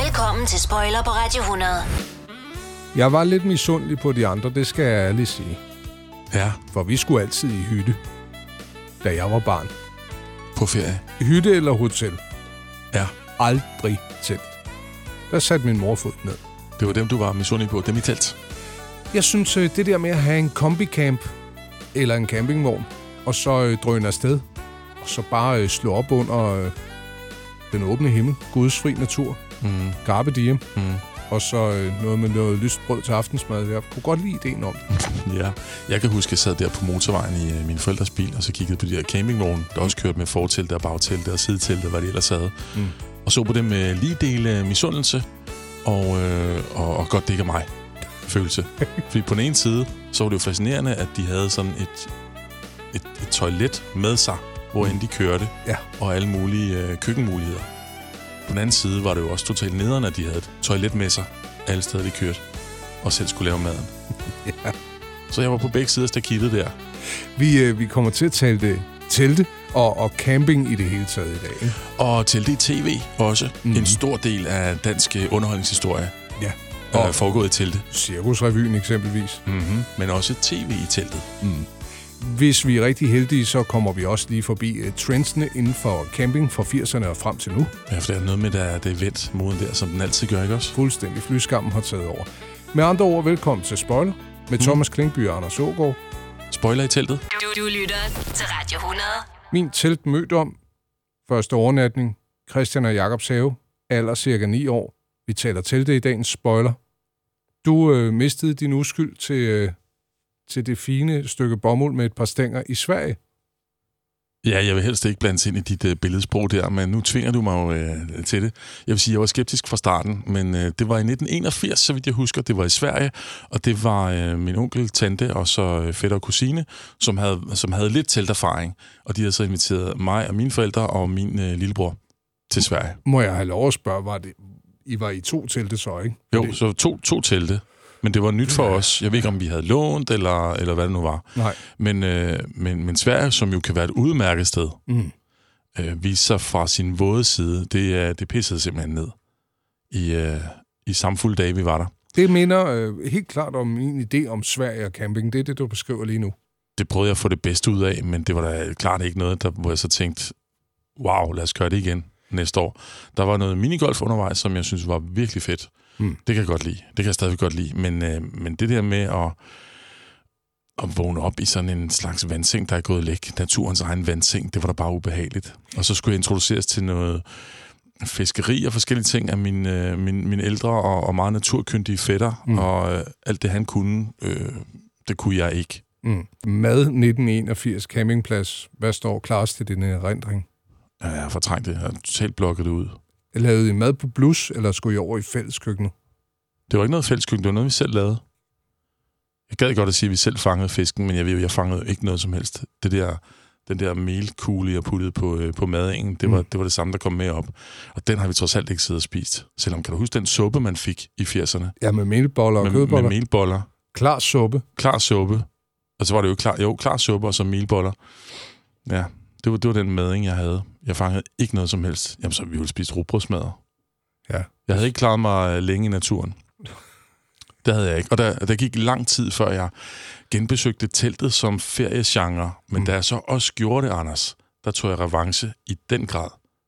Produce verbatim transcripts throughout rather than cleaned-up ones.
Velkommen til Spoiler på Radio hundrede. Jeg var lidt misundelig på de andre, det skal jeg ærligt sige. Ja. For vi skulle altid i hytte, da jeg var barn. På ferie? Hytte eller hotel. Ja. Aldrig telt. Der satte min mor fod ned. Det var dem, du var misundelig på, dem i telt? Jeg synes, det der med at have en kombicamp eller en campingvogn, og så drøne afsted, og så bare slå op under den åbne himmel, Guds fri natur, mm. Carpe diem, mm. og så noget med noget lyst brød til aftensmad. Jeg kunne godt lide ideen om det. Ja, jeg kan huske, at jeg sad der på motorvejen i min forældres bil, og så kiggede på de her campingvogne, der også kørte med fortelt og bagtelt og sidetelte, hvad de ellers havde. Mm. Og så på det med lige dele misundelse, og, øh, og, og godt det ikke er mig følelse. Fordi på den ene side, så var det jo fascinerende, at de havde sådan et, et, et toilet med sig, hvorhen mm. de kørte, ja. Og alle mulige øh, køkkenmuligheder. På den anden side var det jo også totalt nederen, at de havde et toilet med sig alle steder, de kørte, og selv skulle lave maden. Ja. Så jeg var på begge sider af stakittet der. Vi, øh, vi kommer til at tale det telte og, og camping i det hele taget i dag. Ikke? Og telte i tv også. Mm. En stor del af dansk underholdningshistorie. Ja. Og er foregået i telte. Cirkusrevyen eksempelvis. Mm-hmm. Men også tv i teltet. Mm. Hvis vi er rigtig heldige, så kommer vi også lige forbi uh, trendsene inden for camping fra firserne og frem til nu. Ja, for der er noget med, der det er event-moden der, som den altid gør, ikke også? Fuldstændig. Flyskammen har taget over. Med andre ord, velkommen til Spoiler med mm. Thomas Klingby og Anders Aagaard. Spoiler i teltet. Du, du lytter til Radio hundrede. Min telt mødt om. Første overnatning. Christian og Jakobs have. Alder cirka ni år. Vi taler teltet i dagens Spoiler. Du øh, mistede din uskyld til... Øh, til det fine stykke bomuld med et par stænger i Sverige. Ja, jeg vil helst ikke blande ind i dit uh, billedsprog der, men nu tvinger du mig jo uh, til det. Jeg vil sige, jeg var skeptisk fra starten, men uh, det var i nitten enogfirs, så vidt jeg husker. Det var i Sverige, og det var uh, min onkel, tante og så uh, fætter og kusine, som havde, som havde lidt telterfaring, og de havde så inviteret mig og mine forældre og min uh, lillebror til Sverige. Må jeg have lov at spørge, var det, I var i to telte så, ikke? Jo, det... så to, to telte. Men det var nyt for os. Jeg ved ikke, om vi havde lånt, eller, eller hvad det nu var. Nej. Men, øh, men, men Sverige, som jo kan være et udmærket sted, mm. øh, viser sig fra sin våde side, det, øh, det pissede simpelthen ned i, øh, i samfulde dage, vi var der. Det minder øh, helt klart om min idé om Sverige og camping. Det er det, du beskriver lige nu. Det prøvede jeg at få det bedste ud af, men det var da klart ikke noget, der, hvor jeg så tænkte, wow, lad os gøre det igen næste år. Der var noget minigolf undervejs, som jeg synes var virkelig fedt. Mm. Det kan jeg godt lide. Det kan jeg stadig godt lide. Men, øh, men det der med at, at vågne op i sådan en slags vandseng, der er gået læk, naturens egen vandseng, det var da bare ubehageligt. Og så skulle jeg introduceres til noget fiskeri og forskellige ting af min, øh, min, min ældre og, og meget naturkyndige fætter, mm. og øh, alt det han kunne, øh, det kunne jeg ikke. Mm. Mad nitten enogfirs campingplads. Hvad står klarest til din erindring? Ja, jeg har fortrængt det. Jeg har totalt blokket det ud. Lavede I mad på blus, eller skulle I over i fælleskøkkenet? Det var ikke noget fælleskøkken, det var noget, vi selv lavede. Jeg gad godt at sige, at vi selv fangede fisken, men jeg ved jo, jeg fangede ikke noget som helst. Det der, den der melkugle, jeg puttede på, øh, på madingen, det var, mm. det var det samme, der kom med op. Og den har vi trods alt ikke siddet og spist. Selvom, kan du huske den suppe, man fik i firserne? Ja, med melboller og med, kødboller. Med melboller. Klar suppe. Klar suppe. Og så var det jo klar, jo, klar suppe og så melboller. Ja, det var, det var den mading, jeg havde. Jeg fangede ikke noget som helst. Jamen, så vi ville spise rugbrødsmadder. Ja. Jeg havde ikke klaret mig længe i naturen. Det havde jeg ikke. Og der, der gik lang tid, før jeg genbesøgte teltet som feriegenre. Men mm. da jeg så også gjorde det, Anders, der tog jeg revanche i den grad.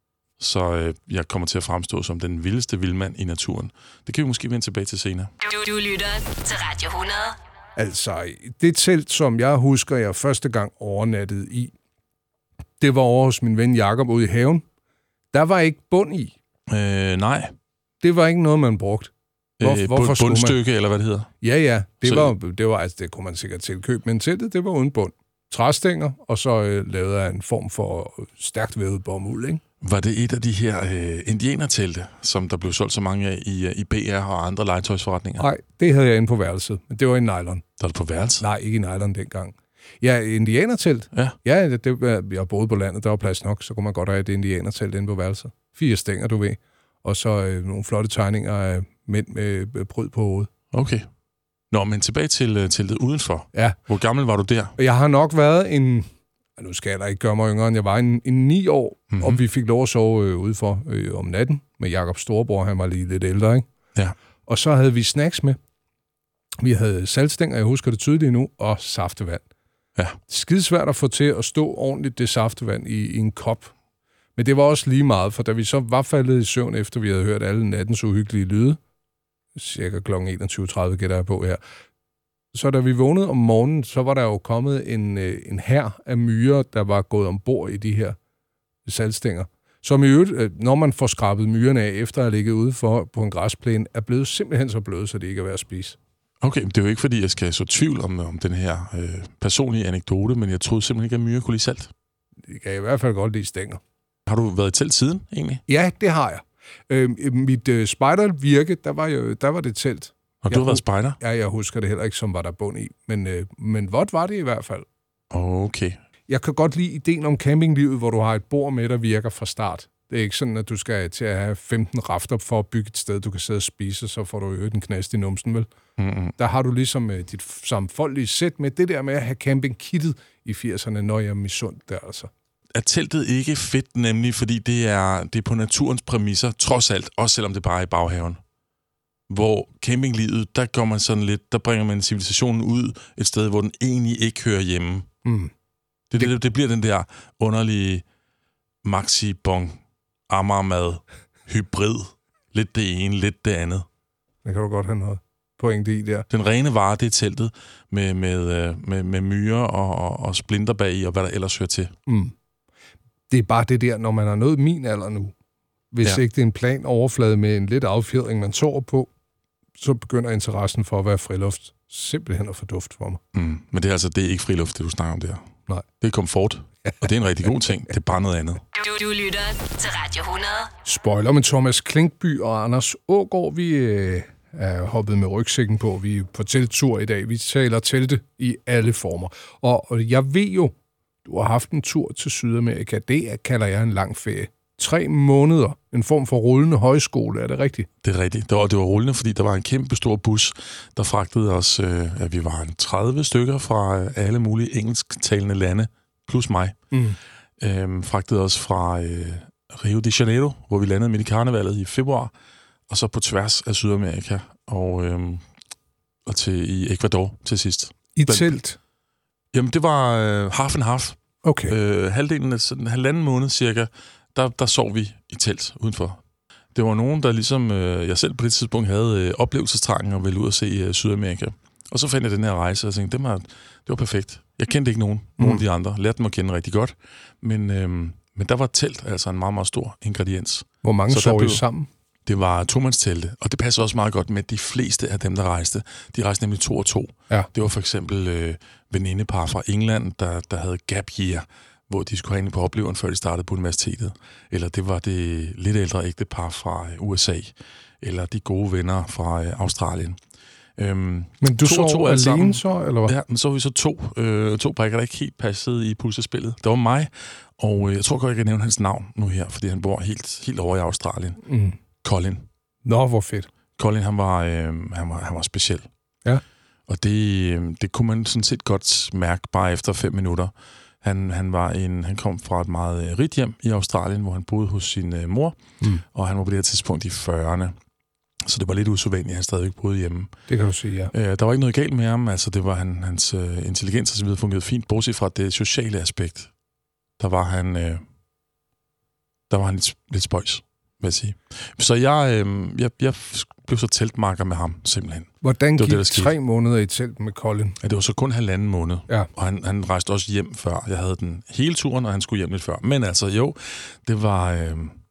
Så øh, jeg kommer til at fremstå som den vildeste vildmand i naturen. Det kan vi måske vende tilbage til senere. Du, du lytter til Radio hundrede. Altså, det telt, som jeg husker, jeg første gang overnattede i, det var over hos min ven Jakob ude i haven. Der var ikke bund i. Øh, nej. Det var ikke noget, man brugte. Hvor, øh, hvorfor skulle bundstykke, man... eller hvad det hedder? Ja, ja. Det, så... var, det var altså, det kunne man sikkert tilkøbe, men teltet, det var uden bund. Træstænger, og så øh, lavede jeg en form for stærkt vævet bomuld, ikke? Var det et af de her øh, indianertelte, som der blev solgt så mange af i, i B R og andre legetøjsforretninger? Nej, det havde jeg inde på værelset, men det var i nylon. Der var det på værelset? Nej, ikke i nylon dengang. Ja, indianertelt. Ja. Ja, det, det, jeg boede på landet, der var plads nok, så kunne man godt have et indianertelt inde på værelset. Fire stænger, du ved. Og så øh, nogle flotte tegninger af mænd med brød på hovedet. Okay. Nå, men tilbage til teltet udenfor. Ja. Hvor gammel var du der? Jeg har nok været en Nu skal jeg da ikke gøre mig yngre, end jeg var en, en ni år, mm-hmm. og vi fik lov at sove øh, udenfor øh, om natten med Jakobs storebror. Han var lige lidt ældre, ikke? Ja. Og så havde vi snacks med. Vi havde saltstænger, jeg husker det tydeligt nu, og saftevand. Ja. Skidesvært at få til at stå ordentligt det saftevand i, i en kop. Men det var også lige meget, for da vi så var faldet i søvn, efter vi havde hørt alle nattens uhyggelige lyde, cirka klokken enogtyve tredive gætter jeg på her, så da vi vågnede om morgenen, så var der jo kommet en, en hær af myrer, der var gået ombord i de her saltstænger. Som i øvrigt, når man får skrabet myrerne af, efter at have ligget ude for på en græsplæne, er blevet simpelthen så bløde, så det ikke er værd at spise. Okay, det er jo ikke, fordi jeg skal så tvivl om, om den her øh, personlige anekdote, men jeg troede simpelthen ikke, at myrer kunne lide salt. Det kan jeg i hvert fald godt lide stænger. Har du været i telt siden, egentlig? Ja, det har jeg. Øh, mit øh, spejdervirke, der var, jo, der var det telt. Og du har været spejder? Ja, jeg husker det heller ikke, som var der bund i. Men, øh, men vådt var det i hvert fald. Okay. Jeg kan godt lide ideen om campinglivet, hvor du har et bord med, der virker fra start. Det er ikke sådan, at du skal til at have femten rafter for at bygge et sted, du kan sidde og spise, så får du jo en knast i numsen, vel? Mm-hmm. Der har du ligesom uh, dit sammenfoldige sæt med det der med at have campingkittet i firserne, når jeg er misund der, altså. Er teltet ikke fedt, nemlig fordi det er, det er på naturens præmisser, trods alt, også selvom det bare er i baghaven? Hvor campinglivet, der går man sådan lidt, der bringer man civilisationen ud et sted, hvor den egentlig ikke hører hjemme. Mm. Det, det, det bliver den der underlige maxi-bong, Amagermad, hybrid, lidt det ene, lidt det andet. Det kan du godt have noget pointe i der. Den rene vare, det er teltet med, med, med, med myrer og, og, og splinter bag i, og hvad der ellers hører til. Mm. Det er bare det der, når man har nået min alder nu, hvis ja. ikke det er en plan overflade med en lidt affjedring, man sover på, så begynder interessen for at være friluft simpelthen at forduft for mig. Mm. Men det er altså det er ikke friluft, det du snakker om der. Nej. Det er komfort, og det er en rigtig god ting. Det er bare noget andet. Du, du lytter til Radio hundrede. Spoiler med Thomas Klinkby og Anders Aagaard. Vi øh, er hoppet med rygsækken på. Vi er på telttur i dag. Vi taler telte i alle former. Og, og jeg ved jo, du har haft en tur til Sydamerika. Det kalder jeg en lang ferie. Tre måneder. En form for rullende højskole, er det rigtigt? Det er rigtigt. Det var, det var rullende, fordi der var en kæmpe stor bus, der fragtede os, øh, at vi var en tredive stykker fra alle mulige engelsktalende lande, plus mig. Mm. Øhm, fragtede os fra øh, Rio de Janeiro, hvor vi landede midt i karnevalet i februar, og så på tværs af Sydamerika, og, øhm, og til i Ecuador til sidst. I telt? Jamen, det var øh, half and half. Okay. Øh, halvdelen af sådan en halvanden måned cirka, Der, der sov vi i telt udenfor. Det var nogen, der ligesom øh, jeg selv på det tidspunkt havde øh, oplevelsestrangen og ville ud og se øh, Sydamerika. Og så fandt jeg den her rejse, og tænkte, det var, det var perfekt. Jeg kendte ikke nogen, mm. nogen af de andre. Lærte dem at kende rigtig godt. Men, øh, men der var telt, altså en meget, meget stor ingrediens. Hvor mange så sov blev, I sammen? Det var tomandstelte, og det passer også meget godt med de fleste af dem, der rejste. De rejste nemlig to og to. Ja. Det var for eksempel øh, venindepar fra England, der, der havde gap year, hvor de skulle have på opleveren, før de startede på universitetet. Eller det var det lidt ældre ægtepar fra U S A. Eller de gode venner fra Australien. Øhm, men du to, sov to alene sammen. Så, eller hvad? Ja, men så var vi så to, øh, to brækker, der ikke helt passede i puslespillet. Det var mig, og øh, jeg tror godt, jeg kan nævne hans navn nu her, fordi han bor helt, helt over i Australien. Mm. Colin. Nå, hvor fedt. Colin, han var, øh, han var, han var speciel. Ja. Og det, det kunne man sådan set godt mærke bare efter fem minutter. Han, han, var en, han kom fra et meget rigt hjem i Australien, hvor han boede hos sin øh, mor, mm. og han var på det her tidspunkt i fyrrerne. Så det var lidt usædvanligt, at han stadigvæk boede hjemme. Det kan du sige, ja. Øh, der var ikke noget galt med ham. Altså, det var han, hans øh, intelligens og så videre fungerede fint, bortset fra det sociale aspekt. Der var han, øh, der var han lidt, lidt spøjs, vil jeg sige. Så jeg, øh, jeg, jeg blev så teltmarker med ham, simpelthen. Hvordan gik det, det, tre måneder i telt med Colin? Ja, det var så kun halvanden måned. Ja. Og han, han rejste også hjem før. Jeg havde den hele turen, og han skulle hjem lidt før. Men altså, jo, det var, øh,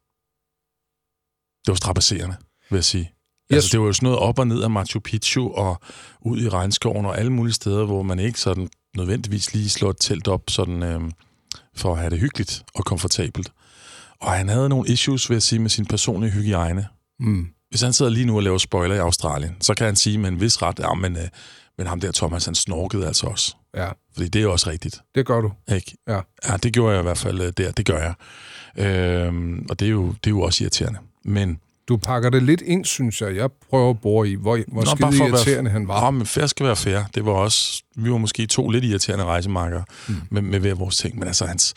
det var strapasserende, vil jeg sige. Yes. Altså, det var jo sådan noget op og ned af Machu Picchu, og ud i regnskoven, og alle mulige steder, hvor man ikke sådan nødvendigvis lige slår et telt op, sådan, øh, for at have det hyggeligt og komfortabelt. Og han havde nogle issues, vil jeg sige, med sin personlige hygiejne. Mm. Hvis han sidder lige nu og laver spoiler i Australien, så kan han sige med en vis ret, ja, men, øh, men ham der Thomas, han snorkede altså også. Ja. Fordi det er jo også rigtigt. Det gør du. Ikke? Ja. Ja, det gjorde jeg i hvert fald der. Det gør jeg. Øhm, og det er, jo, det er jo også irriterende. Men Du pakker det lidt ind, synes jeg. Jeg prøver at bore i, hvor, hvor skide irriterende være, han var. Ja, men fair skal være fair. Det var også... Vi var måske to lidt irriterende rejsemarkere mm. med, med hver vores ting. Men altså, hans...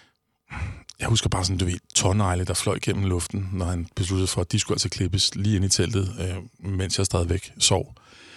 Jeg husker bare sådan, du ved, tårnegle, der fløj gennem luften, når han besluttede for, at de skulle altså klippes lige ind i teltet, øh, mens jeg stadigvæk sov.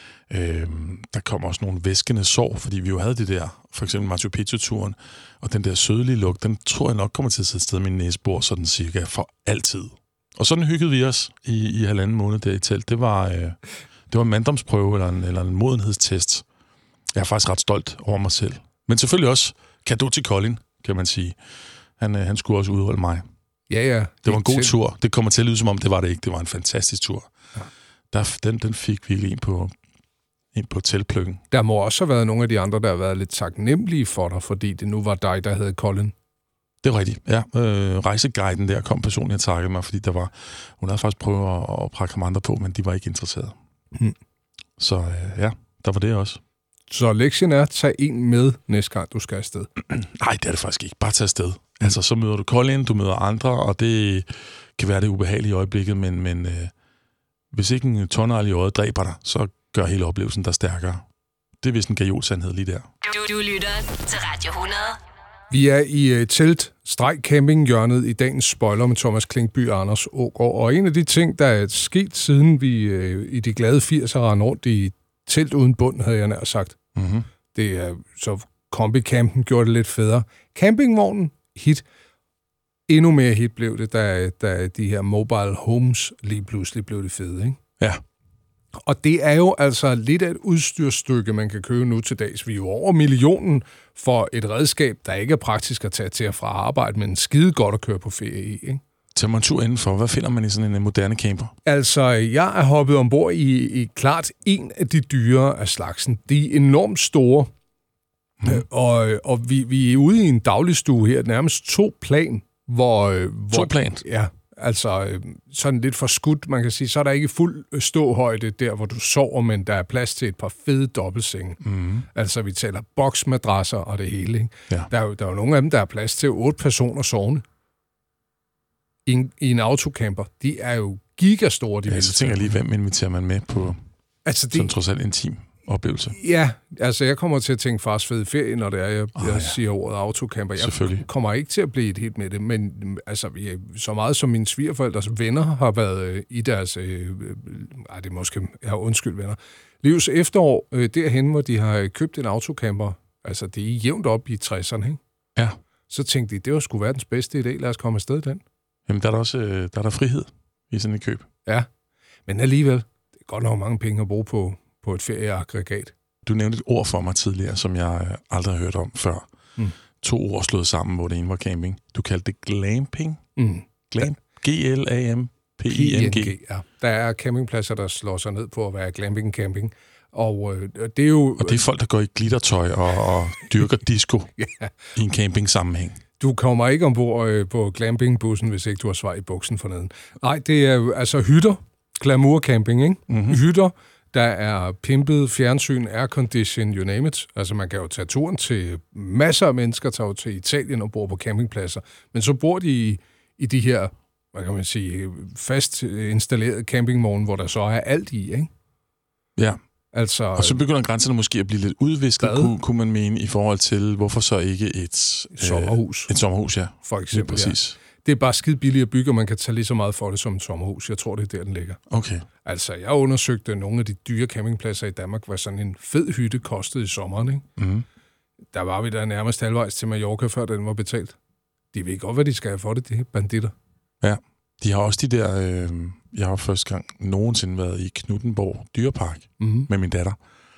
Øh, der kom også nogle væskende sår, fordi vi jo havde det der, for eksempel Machu Picchu-turen, og den der sødlige lugt, den tror jeg nok kommer til at sidde et sted i min næsebor, sådan cirka for altid. Og sådan hyggede vi os i, i halvanden måned der i telt. Det var, øh, det var en manddomsprøve eller en, eller en modenhedstest. Jeg er faktisk ret stolt over mig selv. Men selvfølgelig også cadeau til Colin, kan man sige. Han, øh, han skulle også udholde mig. Ja, ja. Det var en god til. tur. Det kommer til at lyde, som om det var det ikke. Det var en fantastisk tur. Ja. Der, den, den fik virkelig ind på, ind på teltpløkken. Der må også have været nogle af de andre, der har været lidt taknemmelige for dig, fordi det nu var dig, der hed Colin. Det er rigtigt, ja. Øh, rejseguiden der kom personligt og takkede mig, fordi der var, hun havde faktisk prøvet at, at prakke ham andre på, men de var ikke interesserede. Hmm. Så øh, ja, der var det også. Så lektien er, tag en med næste gang, du skal afsted? Nej, det er det faktisk ikke. Bare tag afsted. Altså, så møder du Colin, du møder andre, og det kan være det ubehagelige i øjeblikket, men, men øh, hvis ikke en tårnegle i øjet dræber dig, så gør hele oplevelsen der stærkere. Det er vist en gajolsandhed lige der. Du, du lytter til Radio hundrede. Vi er i uh, telt streg camping hjørnet i dagens spoiler med Thomas Klinkby og Anders Aagaard. Og en af de ting, der er sket siden vi uh, i de glade firser rendte rundt i telt uden bund, havde jeg nær sagt. Mm-hmm. Det er så kombi-campen gjorde det lidt federe. Campingvognen, hit. Endnu mere hit blev det, da, da de her mobile homes lige pludselig blev det fede, ikke? Ja. Og det er jo altså lidt af et udstyrstykke, man kan købe nu til dags. Vi er jo over millionen for et redskab, der ikke er praktisk at tage til og fra arbejde, men skide godt at køre på ferie i, ikke? Tag mig en tur indenfor. Hvad finder man i sådan en moderne camper? Altså, jeg er hoppet ombord i, i klart en af de dyre af slagsen. De er enormt store, mm. øh, og, og vi, vi er ude i en dagligstue her, nærmest to plan, hvor... hvor to plan? Ja, altså sådan lidt for skudt, man kan sige. Så er der ikke fuld ståhøjde der, hvor du sover, men der er plads til et par fede dobbeltsenge. Mm. Altså, vi taler boksmadrasser og det hele, ikke? Ja. Der er jo der er jo nogle af dem, der er plads til otte personer sovende. I en, i en autocamper. De er jo gigastore, de ja, så tænker jeg lige, hvem inviterer man med på altså, sådan trods alt intim oplevelse? Ja, altså jeg kommer til at tænke fars fede ferie, når det er, jeg, oh, jeg ja. siger ordet autocamper. Jeg kommer ikke til at blive et helt med det, men altså, vi, så meget som mine svigerforældres venner har været øh, i deres, øh, øh, det er måske, jeg har undskyld venner, livs efterår, øh, derhen, hvor de har købt en autocamper, altså det er jævnt op i tresserne, ikke? Ja. Så tænkte de, det var sgu verdens bedste idé, lad os komme afsted den. Jamen, der er der også øh, der er der frihed i sådan et køb. Ja, men alligevel, det er godt nok mange penge at bruge på, på et ferieaggregat. Du nævnte et ord for mig tidligere, som jeg aldrig har hørt om før. Mm. To ord slået sammen, hvor det ene var camping. Du kaldte det glamping. Mm. Glamp. G L A M P I N G. Ja. Der er campingpladser, der slår sig ned på at være glamping camping. Og øh, det er jo... Og det er folk, der går i glittertøj og, og dyrker disco ja. i en camping-sammenhæng. Du kommer ikke ombord øh, på glampingbussen, hvis ikke du har svar i buksen forneden. Nej, det er altså hytter. Glamour camping, ikke? Mm-hmm. Hytter, der er pimpet, fjernsyn, aircondition, you name it. Altså, man kan jo tage turen til masser af mennesker, tager jo til Italien og bor på campingpladser. Men så bor de i, i de her, hvad kan man sige, fast installerede campingvogne, hvor der så er alt i, ikke? Ja. Altså, og så begynder grænserne måske at blive lidt udvisket, kunne, kunne man mene, i forhold til, hvorfor så ikke et... Et sommerhus. Øh, et sommerhus, ja. For eksempel, ja, præcis. Ja. Det er bare skide billigt at bygge, og man kan tage lige så meget for det som et sommerhus. Jeg tror, det er der, den ligger. Okay. Altså, jeg undersøgte nogle af de dyre campingpladser i Danmark, hvad sådan en fed hytte kostede i sommeren, ikke? Mm. Der var vi der nærmest halvvejs til Mallorca, før den var betalt. De ved godt, hvad de skal have for det, de banditter. Ja, de har også de der... Øh, jeg har første gang nogensinde været i Knuthenborg Dyrepark mm-hmm. med min datter.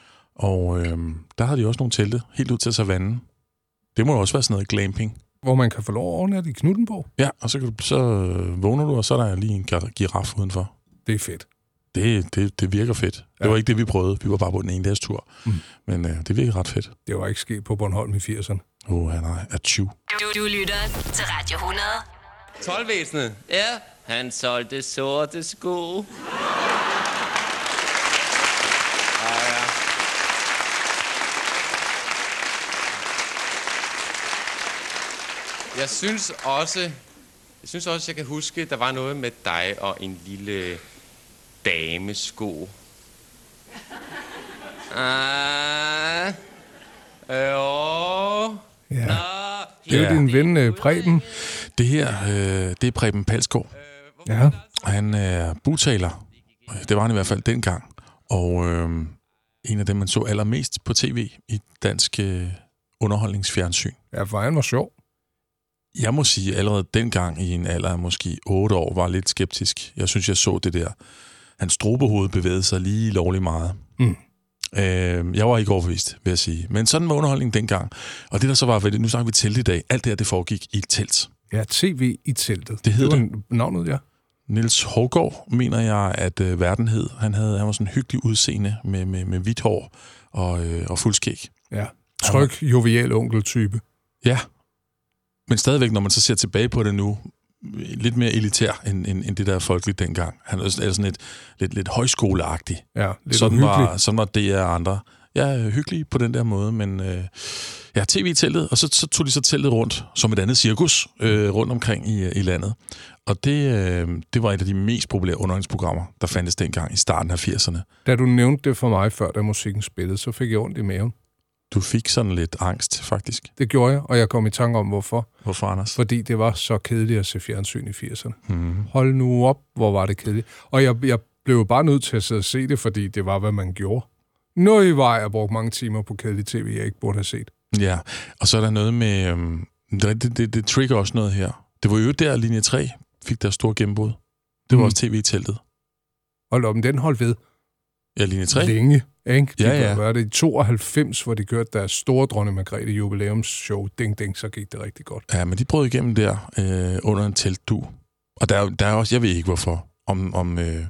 Og øh, der havde de også nogle telte helt ud til savannen. Det må jo også være sådan noget glamping. Hvor man kan få lov at overnatte i Knuthenborg? Ja, og så, kan du, så vågner du, og så er der lige en giraf udenfor. Det er fedt. Det, det, det virker fedt. Ja. Det var ikke det, vi prøvede. Vi var bare på den ene dags tur. Mm. Men øh, det virker ret fedt. Det var ikke sket på Bornholm i firserne. Åh, oh, han er tyve. Du, du lytter til Radio hundrede. Toldvæsenet. Ja, han solgte sorte sko. Jeg synes også, Jeg synes også, jeg kan huske, der var noget med dig og en lille damesko. Ah, jo. Ja. Nå, Det er Ja. jo din ven øh, Preben. Det her, øh, det er Preben Palsgaard. Ja. Han er bugtaler. Det var han i hvert fald dengang. Og øh, en af dem, man så allermest på tv i dansk øh, underholdningsfjernsyn. Ja, for han var sjov. Jeg må sige, allerede dengang i en alder af måske otte år, var lidt skeptisk. Jeg synes, jeg så det der. Hans strobehoved bevægede sig lige lovligt meget. Mm. Øh, jeg var ikke overbevist, vil jeg sige. Men sådan var underholdningen dengang. Og det der så var ved det, nu snakker vi telt i dag. Alt det her, det foregik i et telt. Ja, tv i teltet. Det hed det. Var navnet, ja. Niels Hovgaard, mener jeg, at øh, verden hed. Han, havde, han var sådan en hyggelig udseende med, med, med hvidt hår og, øh, og fuldskæg. Ja. Tryg, jovial onkel-type. Ja, men stadigvæk, når man så ser tilbage på det nu, lidt mere elitær end, end, end det der folkeligt dengang. Han er sådan et lidt, lidt højskoleagtigt. Ja, lidt Sådan uhyggelig. var, sådan var det og andre. Ja, hyggelig på den der måde, men øh, ja, tv-teltet, og så, så tog de så teltet rundt som et andet cirkus øh, rundt omkring i, i landet. Og det, øh, det var et af de mest populære underholdningsprogrammer, der fandtes dengang i starten af firserne. Da du nævnte det for mig, før da musikken spillede, så fik jeg ondt i maven. Du fik sådan lidt angst, faktisk. Det gjorde jeg, og jeg kom i tanke om, hvorfor. Hvorfor, Anders? Fordi det var så kedeligt at se fjernsyn i firserne. Mm-hmm. Hold nu op, hvor var det kedeligt. Og jeg, jeg blev bare nødt til at sidde og se det, fordi det var, hvad man gjorde. Nøj var jeg brugt mange timer på kedelig tv, jeg ikke burde have set. Ja, og så er der noget med... Øhm, det, det, det, det trigger også noget her. Det var jo der, linje tre fik der store gennembrud. Det var Mm. også tv-teltet. Hold op, men den holdt ved Ja, linje tre. længe. Ikke? Ja, Det ja. var det i tooghalvfems, hvor de kørte deres store dronning Margrethe jubilæumsshow. Ding, ding, så gik det rigtig godt. Ja, men de brød igennem der øh, under en teltdu. Og der, er jo- der er også, jeg ved ikke hvorfor, om, om, øh,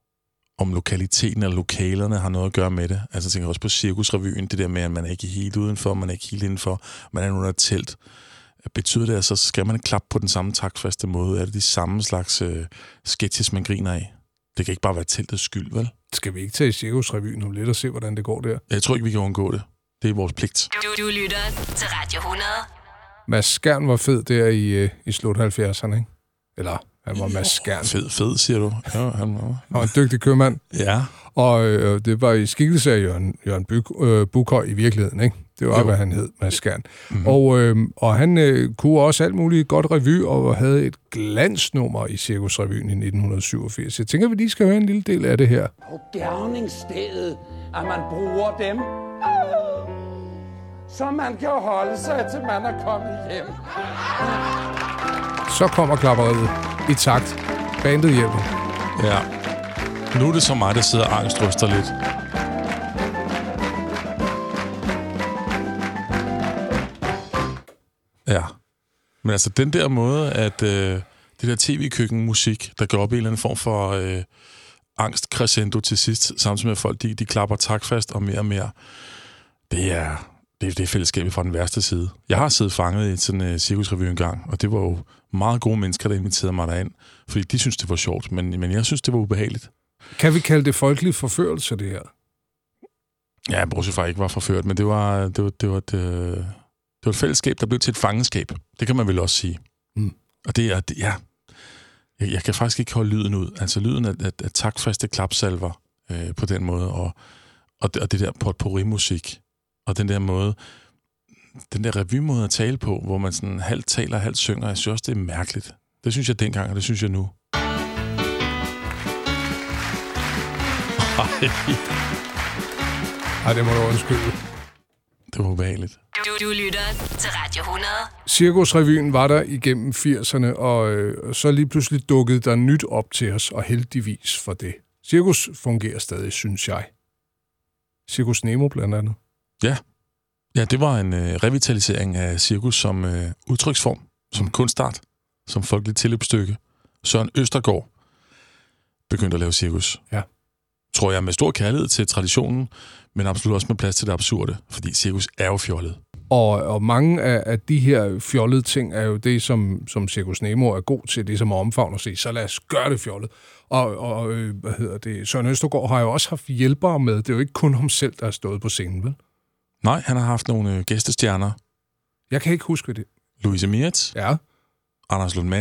om lokaliteten eller lokalerne har noget at gøre med det. Altså jeg tænker også på Cirkusrevyen, det der med, at man er ikke helt udenfor, man er ikke helt indenfor, man er under et telt. Betyder det, at så skal man klappe på den samme taktfaste måde? Er det de samme slags øh, sketches, man griner af? Det kan ikke bare være teltets skyld, vel? Skal vi ikke tage i Cirkusrevyen om lidt og se, hvordan det går der? Jeg tror ikke, vi kan undgå det. Det er vores pligt. Du, du lytter til Radio hundrede. Mads Skjern var fed der i, øh, i slut halvfjerdserne, ikke? Eller han var Mads Skjern. Fed, fed, siger du. Ja, han var. Han var en dygtig købmand. Ja. Og øh, det var i skikkelse af Jørgen, Jørgen Byg, øh, Bukhøj i virkeligheden, ikke? Det var, Jo. hvad han hed, Mads Skjern. Mm-hmm. Og, øh, og han øh, kunne også alt muligt godt revy, og havde et glansnummer i Cirkusrevyen i nitten syvogfirs. Jeg tænker, vi lige skal høre en lille del af det her. På gerningsstedet, at man bruger dem, så man kan holde sig, til man er kommet hjem. Så kommer klapperiet i takt. Bandet hjælper. Ja. Nu er det så mig, der sidder og angstryster lidt. Ja. Men altså, den der måde, at øh, det der tv-køkkenmusik, der går op i en eller anden form for øh, angst-crescendo til sidst, samtidig med at folk, de, de klapper taktfast og mere og mere, det er, det, det er fællesskabet fra den værste side. Jeg har siddet fanget i sådan en uh, cirkusrevy en gang, og det var jo meget gode mennesker, der inviterede mig derind, fordi de synes det var sjovt, men, men jeg synes, det var ubehageligt. Kan vi kalde det folkelig forførelse, det her? Ja, bortset fra ikke var forført, men det var, det var, det var, et, øh, det var et fællesskab, der blev til et fangenskab. Det kan man vel også sige. Mm. Og det er, det, ja, jeg, jeg kan faktisk ikke holde lyden ud. Altså lyden af, af, af taktfaste klapsalver øh, på den måde, og, og, det, og det der potpourri-musik, og den der måde, den der revymåde at tale på, hvor man sådan halvt taler, halvt synger, jeg synes også, det er mærkeligt. Det synes jeg dengang, og det synes jeg nu. Ej, det må du undskylde. Det var ubehageligt. Du, du lytter til Radio hundrede. Cirkusrevyen var der igennem firserne, og øh, så lige pludselig dukkede der nyt op til os, og heldigvis for det. Cirkus fungerer stadig, synes jeg. Cirkus Nemo blandt andet. Ja, ja det var en øh, revitalisering af cirkus som øh, udtryksform, som mm. kunstart, som folkeligt tilløbsstykke. Søren Østergaard begyndte at lave cirkus. Ja. Tror jeg med stor kærlighed til traditionen, men absolut også med plads til det absurde, fordi cirkus er jo fjollet. Og, og mange af, af de her fjollede ting er jo det, som, som Cirkus Nemo er god til, det som er omfavn at sige, så lad os gøre det fjollet. Og, og øh, hvad hedder det, Søren Østergaard har jo også haft hjælpere med. Det er jo ikke kun ham selv, der er stået på scenen, vel? Nej, han har haft nogle øh, gæstestjerner. Jeg kan ikke huske det. Louise Mieritz, Ja, Anders Lund Madsen,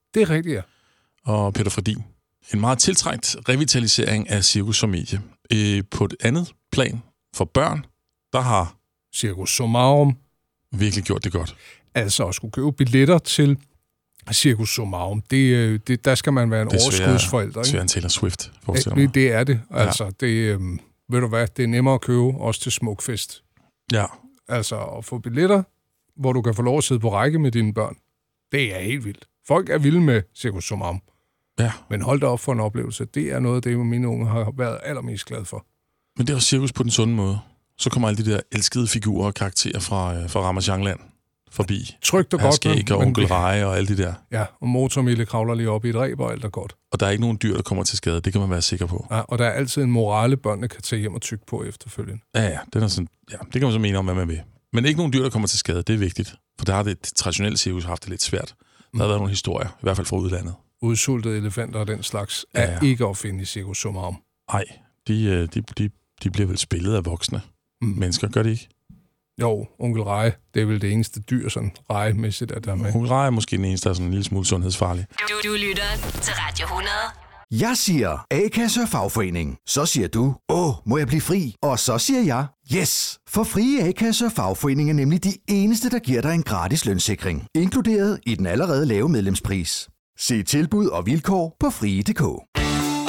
Det er rigtigt, ja. Og Peter Fredin. En meget tiltrængt revitalisering af cirkus som medie. Øh, på et andet plan for børn, der har Cirkus Summarum. Virkelig gjort det godt. Altså at skulle købe billetter til Cirkus Summarum, det, det, der skal man være en overskudsforælder. Det er en Taylor Swift, forestiller mig. Det, det er det. Altså, ja. det, øh, ved du hvad, det er nemmere at købe, også til Smukfest. Ja. Altså at få billetter, hvor du kan få lov at sidde på række med dine børn. Det er helt vildt. Folk er vilde med Cirkus Summarum. Ja. Men hold da op for en oplevelse. Det er noget af det, mine unge har været allermest glade for. Men det er også cirkus på den sunde måde. Så kommer alle de der elskede figurer og karakterer fra, fra Ramachanland forbi. Trygt og godt. Skæg og onkel Reje og alle de der. Ja, og motormille kravler lige op i et ræb og alt er godt. Og der er ikke nogen dyr, der kommer til skade. Det kan man være sikker på. Ja, og der er altid en morale, børnene kan tage hjem og tygge på efterfølgende. Ja, ja. Den er sådan, ja, det kan man så mene om, hvad man vil. Men ikke nogen dyr, der kommer til skade. Det er vigtigt. For der har det, det traditionelle cirkus haft det lidt svært. Der har været nogle historier, i hvert fald fra udlandet. Udsultede elefanter og den slags er ja, ja. ikke at finde i Cirkus Summarum. Nej, de, de, de, de bliver vel spillet af voksne mm. mennesker, gør de ikke? Jo, onkel Reje, det er vel det eneste dyr, sådan rejemæssigt, at der er med. Onkel Reje er måske den eneste, der er sådan en lille smule sundhedsfarlig. Du, du lytter til Radio hundrede. Jeg siger A-kasse og fagforening. Så siger du, åh, må jeg blive fri? Og så siger jeg, yes! For frie A-kasse og fagforening er nemlig de eneste, der giver dig en gratis lønssikring. Inkluderet i den allerede lave medlemspris. Se tilbud og vilkår på frie punktum d k.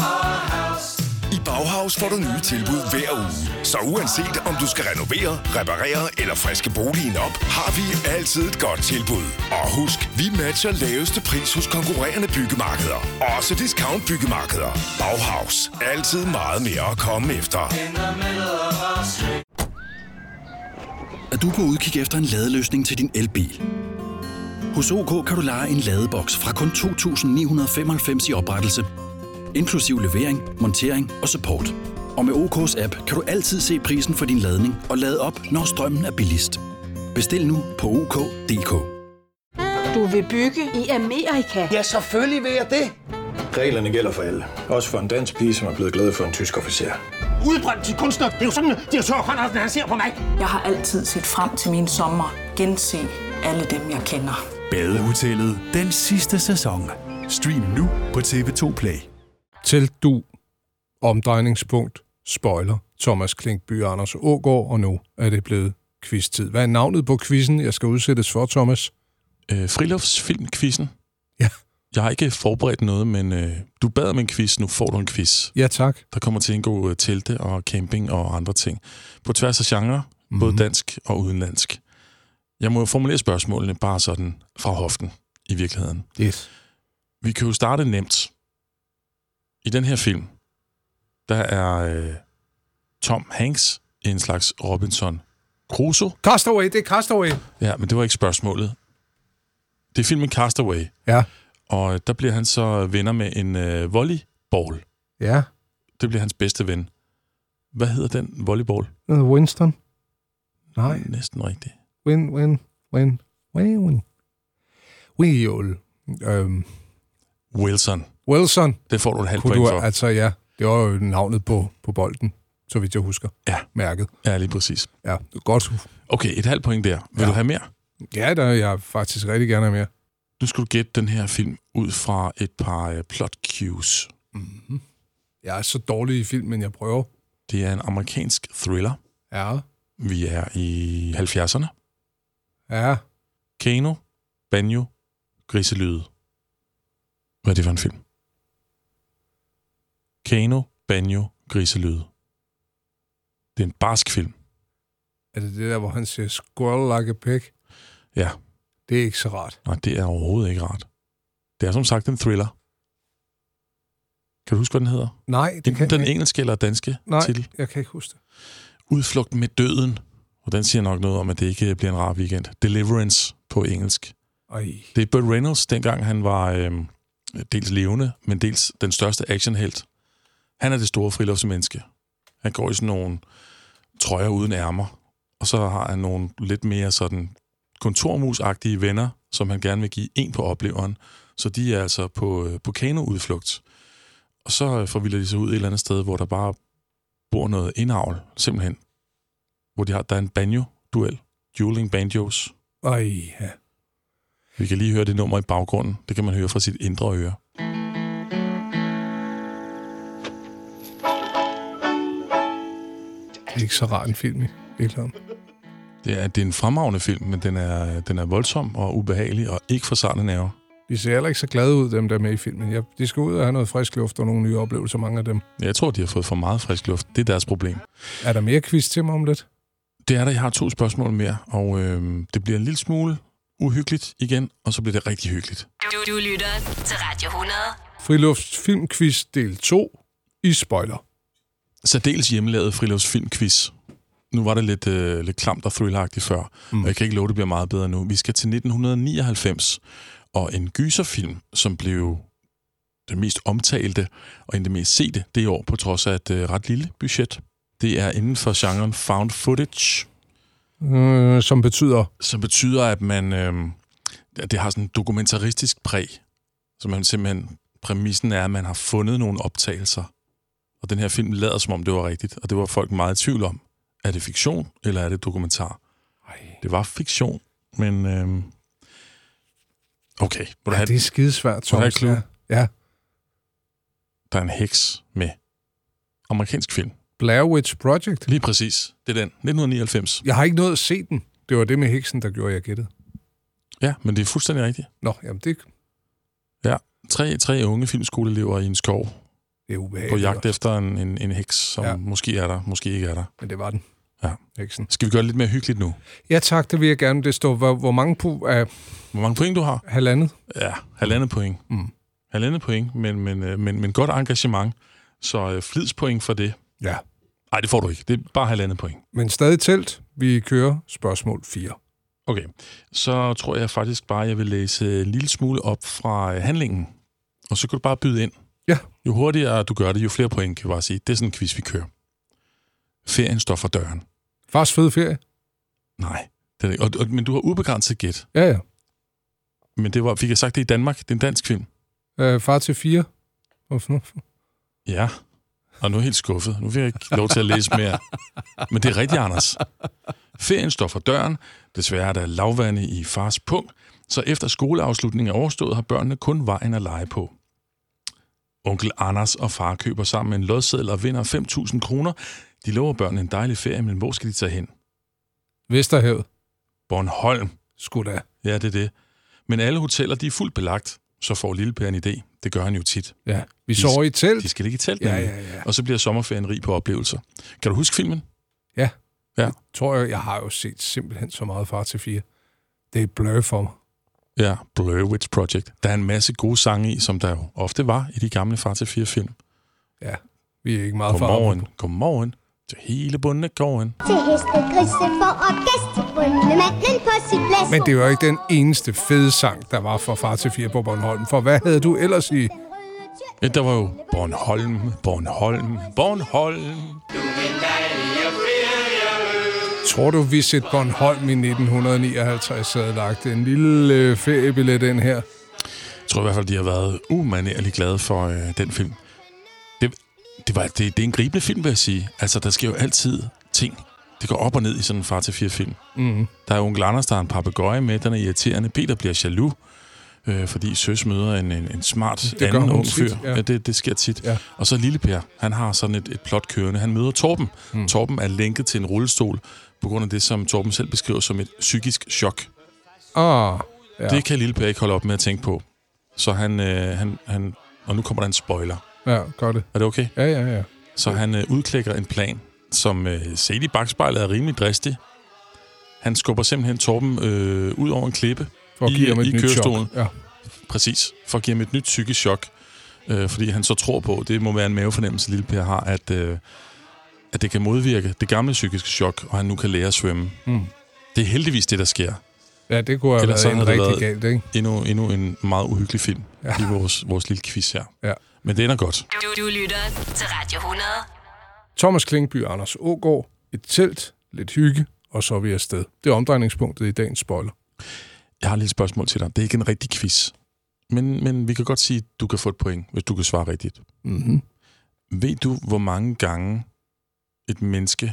I Bauhaus får du nye tilbud hver uge. Så uanset om du skal renovere, reparere eller friske boligen op, har vi altid et godt tilbud. Og husk, vi matcher laveste pris hos konkurrerende byggemarkeder. Også discount byggemarkeder. Bauhaus. Altid meget mere at komme efter. Er du på udkig efter en ladeløsning til din elbil? Hos O K kan du leje en ladeboks fra kun to tusind ni hundrede femoghalvfems i oprettelse, inklusiv levering, montering og support. Og med O K's app kan du altid se prisen for din ladning og lade op, når strømmen er billigst. Bestil nu på O K punktum d k. Du vil bygge i Amerika? Ja, selvfølgelig vil jeg det. Reglerne gælder for alle. Også for en dansk pige, som er blevet glad for en tysk officer. Udbrændt til kunstner. Det er jo sådan, at direktør Conradsen, han ser på mig. Jeg har altid set frem til min sommer. Gense alle dem, jeg kender. Badehotellet den sidste sæson. Stream nu på T V to Play. Til du omdrejningspunkt, spoiler, Thomas Klinkby og Anders Aagaard, og nu er det blevet quiz-tid. Hvad er navnet på quizzen, jeg skal udsættes for, Thomas? Øh, Friluftsfilm-quizzen. Ja. Jeg har ikke forberedt noget, men øh, du bad om en quiz, nu får du en quiz. Ja, tak. Der kommer til at indgå telte og camping og andre ting. På tværs af genre, mm-hmm. både dansk og udenlandsk. Jeg må formulere spørgsmålene bare sådan fra hoften, i virkeligheden. Yes. Vi kan jo starte nemt. I den her film, der er øh, Tom Hanks en slags Robinson Crusoe. Castaway, det er Castaway. Ja, men det var ikke spørgsmålet. Det er filmen Castaway. Ja. Og der bliver han så venner med en øh, volleyball. Ja. Det bliver hans bedste ven. Hvad hedder den volleyball? Winston. Nej. Næsten rigtigt. Win, win, win, win, win. Wheel. Um. Wilson. Wilson. Det får du et halvt point du, for. Altså ja, det var jo navnet på, på bolden, så vidt jeg husker. Ja. Mærket. Ja, lige præcis. Ja, godt. Okay, et halvt point der. Vil ja. du have mere? Ja, der vil jeg faktisk rigtig gerne have mere. Nu skal du gætte den her film ud fra et par uh, plot cues. Mm-hmm. Jeg er så dårlig i film, men jeg prøver. Det er en amerikansk thriller. Ja. Vi er i halvfjerdserne. Ja. Kano, banjo, griselyde. Hvad er det for en film? Kano, banjo, griselyde. Det er en barsk film. Er det det der, hvor han siger squirrel like a pig? Ja. Det er ikke så rart. Nej, det er overhovedet ikke rart. Det er som sagt en thriller. Kan du huske, hvad den hedder? Nej, det kan den jeg engelske eller danske Nej, titel? Nej, jeg kan ikke huske det. Udflugt med døden. Og den siger nok noget om, at det ikke bliver en rar weekend. Deliverance på engelsk. Ej. Det er Burt Reynolds, dengang han var øh, dels levende, men dels den største actionhelt. Han er det store friluftsmenneske. Han går i sådan nogle trøjer uden ærmer, og så har han nogle lidt mere sådan kontormusagtige venner, som han gerne vil give en på opleveren. Så de er altså på, på kanoudflugt. Og så forvilder de sig ud et eller andet sted, hvor der bare bor noget indavl, simpelthen. Hvor de har, der er en banjo-duel. Dueling banjos. Ej, ja. Vi kan lige høre det nummer i baggrunden. Det kan man høre fra sit indre øre. Det er ikke så rar en film, ikke? Det er, det er en fremragende film, men den er, den er voldsom og ubehagelig og ikke for sarte nerver. De ser heller ikke så glade ud, dem der er med i filmen. Ja, de skal ud og have noget frisk luft og nogle nye oplevelser, mange af dem. Jeg tror, de har fået for meget frisk luft. Det er deres problem. Er der mere quiz til mig om lidt? Det er der. Jeg har to spørgsmål mere, og øh, det bliver en lille smule uhyggeligt igen, og så bliver det rigtig hyggeligt. Du, du lytter til Radio hundrede. Friluftsfilmquiz del to i spoiler. Særdeles hjemmelavet friluftsfilmquiz. Nu var det lidt, øh, lidt klamt og thrilleragtigt før, mm. og jeg kan ikke love, det bliver meget bedre nu. Vi skal til nitten nioghalvfems, og en gyserfilm, som blev det mest omtalte og en det mest sete det år, på trods af et øh, ret lille budget. Det er inden for genren found footage. Mm, som betyder? Som betyder, at man øh, det har sådan en dokumentaristisk præg. Så man simpelthen, præmissen er, at man har fundet nogle optagelser. Og den her film lader som om det var rigtigt, og det var folk meget i tvivl om. Er det fiktion, eller er det dokumentar? Ej. Det var fiktion, men... Øh, okay. Ja, have, det er skidesvært, Thomas. Ja. ja. Der er en heks med. Amerikansk film. Blair Witch Project? Lige præcis. Det er den. nitten nioghalvfems. Jeg har ikke nået at se den. Det var det med heksen, der gjorde, jeg gættede. Ja, men det er fuldstændig rigtigt. Nå, jamen det... Ja, tre, tre unge filmskoleelever i en skov. Det er ubehageligt. På jagt efter en, en, en heks, som ja. måske er der, måske ikke er der. Men det var den. Ja. Heksen. Skal vi gøre det lidt mere hyggeligt nu? Ja tak, det vil jeg gerne. Det står, hvor, hvor mange po- uh, Hvor mange point du har? Halvandet. Ja, halvandet point. Mm. Halvandet point, men, men, men, men godt engagement. Så uh, flidspoint for det. Ja. Nej, det får du ikke. Det er bare halvandet point. Men stadig tælt. Vi kører spørgsmål fire. Okay, så tror jeg faktisk bare, jeg vil læse en lille smule op fra uh, handlingen. Og så kan du bare byde ind. Ja. Jo hurtigere du gør det, jo flere point, kan jeg bare sige. Det er sådan en quiz, vi kører. Ferien står for døren. Fars fede ferie? Nej, det er ikke. Og, og, men du har ubegrænset gæt. Ja, ja. Men det var, fik jeg sagt det i Danmark? Det er en dansk film. Øh, far til fire. Hvorfor? Ja, og nu er jeg helt skuffet. Nu vil jeg ikke lov til at læse mere. Men det er rigtigt, Anders. Ferien står for døren. Desværre er der lavvande i fars pung. Så efter skoleafslutningen er overstået, har børnene kun vejen at lege på. Onkel Anders og far køber sammen en lodseddel og vinder fem tusind kroner. De lover børnene en dejlig ferie, men hvor skal de tage hen? Vesterhavet. Bornholm. Sgu da. Ja, det er det. Men alle hoteller, de er fuldt belagt. Så får Lille Per en idé. Det gør han jo tit. Ja, vi de, sover i telt. De skal ligge i telt. Ja, ja, ja. Og så bliver sommerferien rig på oplevelser. Kan du huske filmen? Ja. Ja. Jeg tror jeg, jeg har jo set simpelthen så meget Far til fire. Det er blø for mig. Ja, Blair Witch Project. Der er en masse gode sange i, som der jo ofte var i de gamle Far til fire film. Ja, vi er ikke meget Godmorgen, godmorgen. Til hele bunden gården. Til hestegrise for orkest, manden på sit plads. Men det var ikke den eneste fede sang, der var for Far til fire på Bornholm. For hvad havde du ellers i? Ja, der var jo Bornholm, Bornholm, Bornholm. Tror du, Visit Bornholm i nitten nioghalvtreds havde lagt en lille feriebillet ind her? Jeg tror i hvert fald, de har været umanerligt glade for øh, den film. Det, det, var, det, det er en gribende film, vil jeg sige. Altså, der sker jo altid ting. Det går op og ned i sådan en Far til fire film. Mm-hmm. Der er onkel Anders, der er en papegøje med, den er irriterende. Peter bliver jaloux, øh, fordi søs møder en, en, en smart det anden ung fyr. Ja. Ja, det, det sker tit. Ja. Og så Lille Per, han har sådan et, et plot kørende. Han møder Torben. Mm. Torben er lænket til en rullestol, på grund af det, som Torben selv beskriver som et psykisk chok. Ah, ja. Det kan Lille Per ikke holde op med at tænke på. Så han, øh, han, han... Og nu kommer der en spoiler. Ja, gør det. Er det okay? Ja, ja, ja. Så han øh, udklækker en plan, som øh, set i bagspejlet er rimelig dristig. Han skubber simpelthen Torben øh, ud over en klippe for at give i, ham et i nyt kørestolen. Chok. Ja. Præcis. For at give ham et nyt psykisk chok. Øh, fordi han så tror på, det må være en mavefornemmelse, Lille Per har, at... Øh, at det kan modvirke det gamle psykiske chok, og han nu kan lære at svømme. Mm. Det er heldigvis det, der sker. Ja, det kunne have Ellers været en rigtig været galt, ikke? Endnu, endnu en meget uhyggelig film ja. i vores, vores lille quiz her. Ja. Men det ender godt. Du, du lytter til Radio hundrede. Thomas Klingby og Anders Aagaard. Et telt, lidt hygge, og så er vi afsted. Det er omdrejningspunktet i dagens spoiler. Jeg har et lille spørgsmål til dig. Det er ikke en rigtig quiz. Men, men vi kan godt sige, at du kan få et point, hvis du kan svare rigtigt. Mm-hmm. Ved du, hvor mange gange et menneske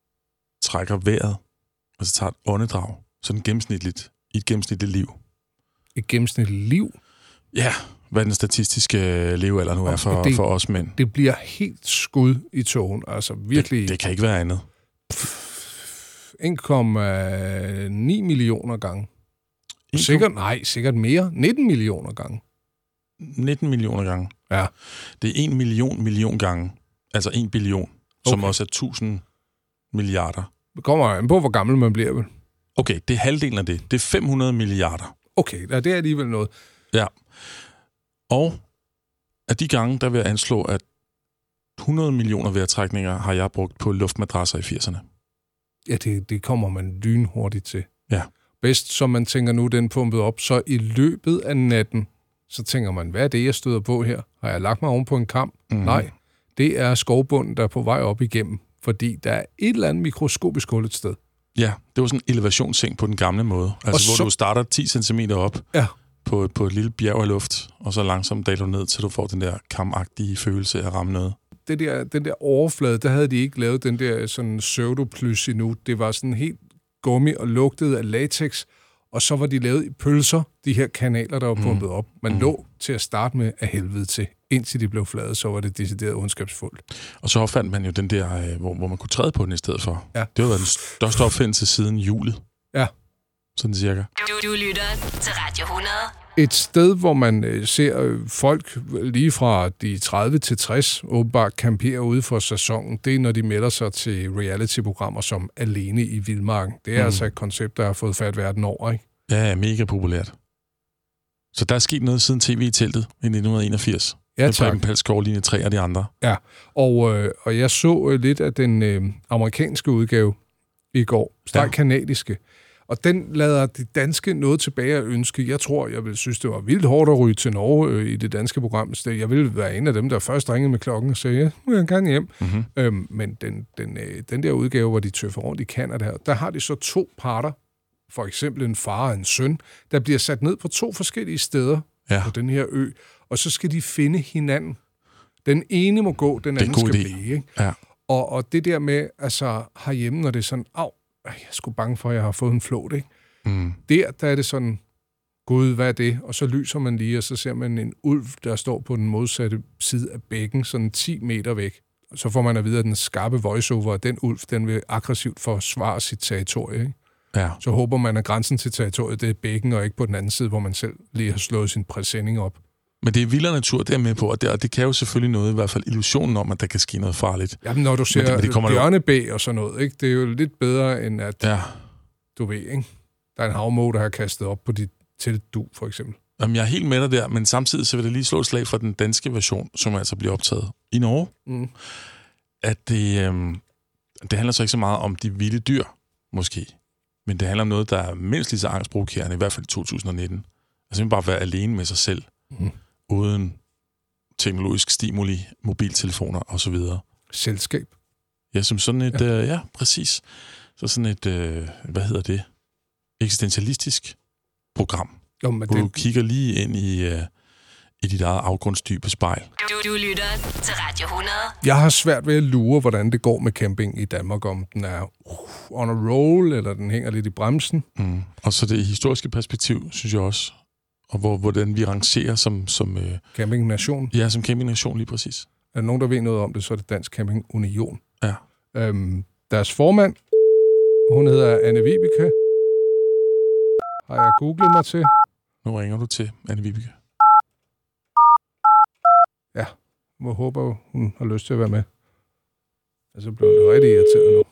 trækker vejret, og så tager et åndedrag, sådan gennemsnitligt, i et gennemsnitligt liv? et gennemsnitligt liv. Ja, hvad den statistiske levealder nu er for, det, for os mænd. Det bliver helt skud i togen. Altså virkelig... Det, det kan ikke være andet. en komma ni millioner gange. Sikkert, nej, sikkert mere. nitten millioner gange. nitten millioner gange? Ja. Det er en million million gange. Altså en billion, okay. Som også er tusind milliarder. Det kommer an på, hvor gammel man bliver, vel? Okay, det er halvdelen af det. Det er fem hundrede milliarder. Okay, ja, det er alligevel noget. Ja. Og af de gange, der vil jeg anslå, at hundrede millioner vejrtrækninger har jeg brugt på luftmadrasser i firserne. Ja, det, det kommer man lynhurtigt til. Ja. Bedst, som man tænker nu, den pumpet op, så i løbet af natten, så tænker man, hvad er det, jeg støder på her? Har jeg lagt mig oven på en kam? Mm. Nej, det er skovbunden, der er på vej op igennem, fordi der er et eller andet mikroskopisk hul et sted. Ja, det var sådan en elevationsseng på den gamle måde. Altså, hvor så... du starter ti centimeter op ja. på, på et lille bjerg af luft, og så langsomt daler du ned, til du får den der kamagtige følelse af at ramme noget. Det der, den der overflade, der havde de ikke lavet den der sådan pseudoplys endnu. Det var sådan helt gummi og lugtede af latex, og så var de lavet i pølser, de her kanaler, der var pumpet mm. op. Man mm. lå til at starte med af helvede til. Indtil de blev flade, så var det decideret ondskabsfuldt. Og så opfandt man jo den der, hvor, hvor man kunne træde på den i stedet for. Ja. Det har været den største opfindelse siden hjulet. Ja. Sådan cirka. Du, du lytter til Radio hundrede. Et sted, hvor man øh, ser øh, folk lige fra de tredive til tres åbenbart campere ude for sæsonen, det er, når de melder sig til reality-programmer som Alene i Vildmarken. Det er mm. altså et koncept, der har fået fat verden over, ikke? Ja, mega populært. Så der er sket noget siden T V i teltet i nitten enogfirs. Ja, tak. Preben Palsgaard, linje tre og de andre. Ja, og, øh, og jeg så øh, lidt af den øh, amerikanske udgave i går. Stærk ja. kanadiske. Og den lader det danske noget tilbage at ønske. Jeg tror, jeg vil synes, det var vildt hårdt at ryge til Norge øh, i det danske program. Jeg ville være en af dem, der først ringede med klokken og sagde, ja, nu er jeg gerne hjem. Mm-hmm. Øhm, men den, den, øh, den der udgave, hvor de tøffer rundt i Canada, der har de så to parter, for eksempel en far og en søn, der bliver sat ned på to forskellige steder ja. på den her ø, og så skal de finde hinanden. Den ene må gå, den anden skal blive. Ikke? Ja. Og, og det der med, altså herhjemme, når det er sådan, au, jeg er sgu bange for, at jeg har fået en flåt, ikke? Mm. Der, der er det sådan, gud, hvad er det? Og så lyser man lige, og så ser man en ulv, der står på den modsatte side af bækken, sådan ti meter væk. Så får man at vide, at den skarpe voiceover, at den ulv, den vil aggressivt forsvare sit territorie, ikke? Ja. Så håber man, at grænsen til territoriet, det er bækken, og ikke på den anden side, hvor man selv lige har slået sin præsending op. Men det er vildere natur, det er med på, og det, og det kan jo selvfølgelig noget, i hvert fald illusionen om, at der kan ske noget farligt. Jamen, når du ser det, bjørnebæ og sådan noget, ikke? Det er jo lidt bedre, end at, ja. du ved, ikke? Der er en havmåge, der har kastet op på dit teltdu, for eksempel. Jamen, jeg er helt med dig der, men samtidig så vil det lige slå et slag for den danske version, som altså bliver optaget i Norge. Mm. At det, øhm, det handler så ikke så meget om de vilde dyr, måske. Men det handler om noget, der er mindst lige så angstprovokerende, i hvert fald i to tusind nitten. Altså bare være alene med sig selv, mm. uden teknologisk stimuli, mobiltelefoner osv. Selskab. Ja, som sådan et, ja, øh, ja præcis. Så sådan et, øh, hvad hedder det, eksistentialistisk program. Jo, men hvor det... du kigger lige ind i, øh, i dit eget afgrundsdybe spejl. Du, du lytter til Radio hundrede. Jeg har svært ved at lure, hvordan det går med camping i Danmark, om den er uh, on a roll, eller den hænger lidt i bremsen. Mm. Og så det historiske perspektiv, synes jeg også. Og hvor, hvordan vi rangerer som... som øh, campingnation? Ja, som campingnation lige præcis. Er der nogen, der ved noget om det, så er det Dansk Camping Union. Ja. Øhm, deres formand, hun hedder Anne Vibeke. Har jeg googlet mig til? Nu ringer du til Anne Vibeke. Ja, jeg håber, hun har lyst til at være med. Og så bliver det rigtig irriteret nu.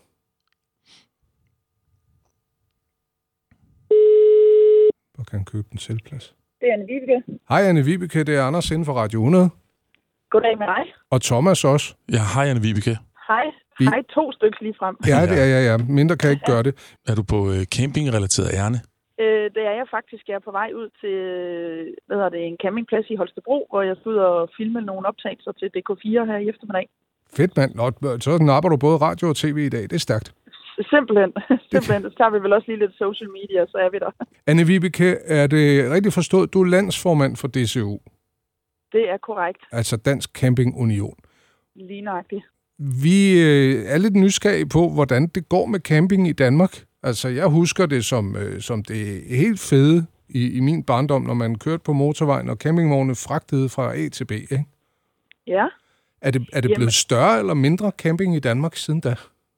Hvor kan han købe en selvplads? Det er Anne Vibeke. Hej Anne Vibeke, det er Anders inden for Radio hundrede. Goddag med dig. Og Thomas også. Ja, hej Anne Vibeke. Hej. Vi... Hej, to stykker lige frem. Ja, det er jeg, ja. Mindre kan jeg ikke gøre det. Er du på øh, campingrelateret ærne? Øh, det er jeg faktisk. Jeg er på vej ud til hvad hedder det, en campingplads i Holstebro, hvor jeg skal ud og filme nogle optagelser til D K fire her i eftermiddag. Fedt, mand. Nå, så napper du både radio og tv i dag. Det er stærkt. Simpelthen. Simpelthen. Så tager vi vel også lige lidt social media, så er vi der. Anne Vibeke, er det rigtigt forstået? Du er landsformand for D C U. Det er korrekt. Altså Dansk Camping Union. Lige nøjagtigt. Vi øh, er lidt nysgerrige på, hvordan det går med camping i Danmark. Altså, jeg husker det som, øh, som det helt fede i, i min barndom, når man kørte på motorvejen, og campingvogne fragtede fra A til B, ikke? Ja. Er det, er det Jamen, blevet større eller mindre camping i Danmark siden da?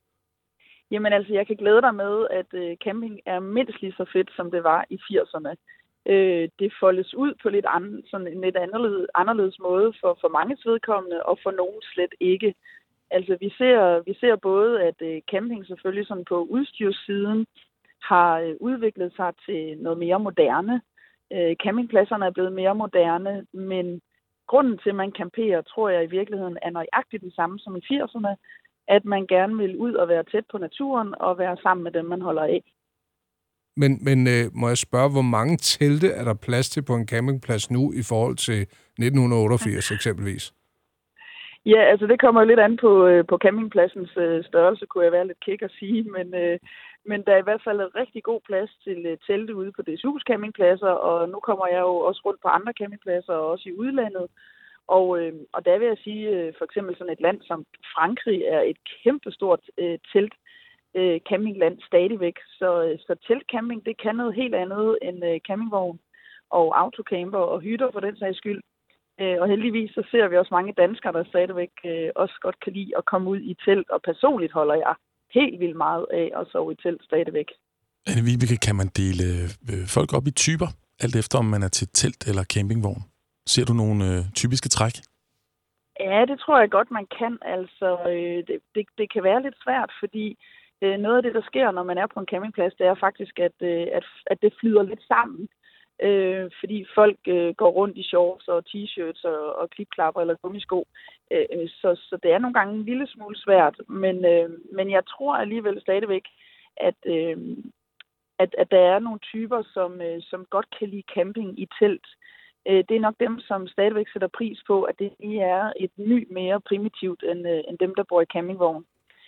Jamen altså, jeg kan glæde dig med, at øh, camping er mindst lige så fedt, som det var i firserne. Øh, det foldes ud på lidt anden, sådan en lidt anderledes, anderledes måde for, for manges vedkommende, og for nogen slet ikke. Altså, vi ser, vi ser både, at øh, camping selvfølgelig sådan på udstyrssiden har øh, udviklet sig til noget mere moderne. Øh, campingpladserne er blevet mere moderne, men grunden til, at man camperer, tror jeg i virkeligheden er nøjagtigt den samme som i firserne, at man gerne vil ud og være tæt på naturen og være sammen med dem, man holder af. Men, men øh, må jeg spørge, hvor mange telte er der plads til på en campingplads nu i forhold til nitten otteogfirs eksempelvis? Ja, altså det kommer jo lidt an på, øh, på campingpladsens øh, størrelse, kunne jeg være lidt kæk at sige, men, øh, men der er i hvert fald en rigtig god plads til øh, telte ude på D S U's campingpladser, og nu kommer jeg jo også rundt på andre campingpladser, og også i udlandet. Og, øh, og der vil jeg sige, øh, for eksempel sådan et land som Frankrig er et kæmpestort øh, telt øh, campingland stadigvæk. Så, øh, så teltcamping, det kan noget helt andet end øh, campingvogn og autocamper og hytter for den sags skyld. Øh, og heldigvis så ser vi også mange danskere, der stadigvæk øh, også godt kan lide at komme ud i telt. Og personligt holder jeg helt vildt meget af at sove i telt stadigvæk. Anne-Vibeke, kan man dele øh, folk op i typer, alt efter om man er til telt eller campingvogn? Ser du nogle øh, typiske træk? Ja, det tror jeg godt, man kan. Altså, øh, det, det, det kan være lidt svært, fordi øh, noget af det, der sker, når man er på en campingplads, det er faktisk, at, øh, at, at det flyder lidt sammen. Øh, fordi folk øh, går rundt i shorts og t-shirts og, og klipklapper eller gummisko. Øh, så, så det er nogle gange en lille smule svært. Men, øh, men jeg tror alligevel stadigvæk, at, øh, at, at der er nogle typer, som, øh, som godt kan lide camping i telt. Det er nok dem, som stadigvæk sætter pris på, at det er et ny mere primitivt end, end dem, der bor i campingvogn.